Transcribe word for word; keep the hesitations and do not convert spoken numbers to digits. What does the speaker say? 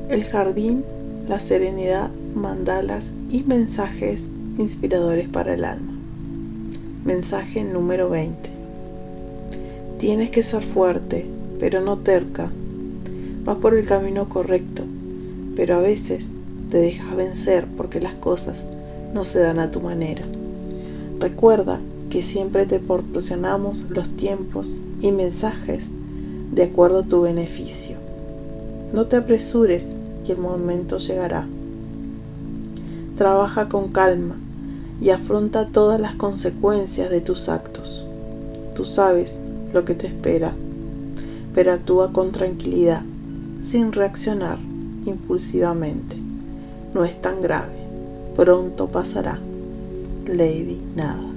El jardín, la serenidad, mandalas y mensajes inspiradores para el alma. Mensaje número veinte. Tienes que ser fuerte, pero no terca. Vas por el camino correcto, pero a veces te dejas vencer porque las cosas no se dan a tu manera. Recuerda que siempre te proporcionamos los tiempos y mensajes de acuerdo a tu beneficio. No te apresures, que el momento llegará. Trabaja con calma y afronta todas las consecuencias de tus actos. Tú sabes lo que te espera, pero actúa con tranquilidad, sin reaccionar impulsivamente. No es tan grave, pronto pasará. Lady Nada.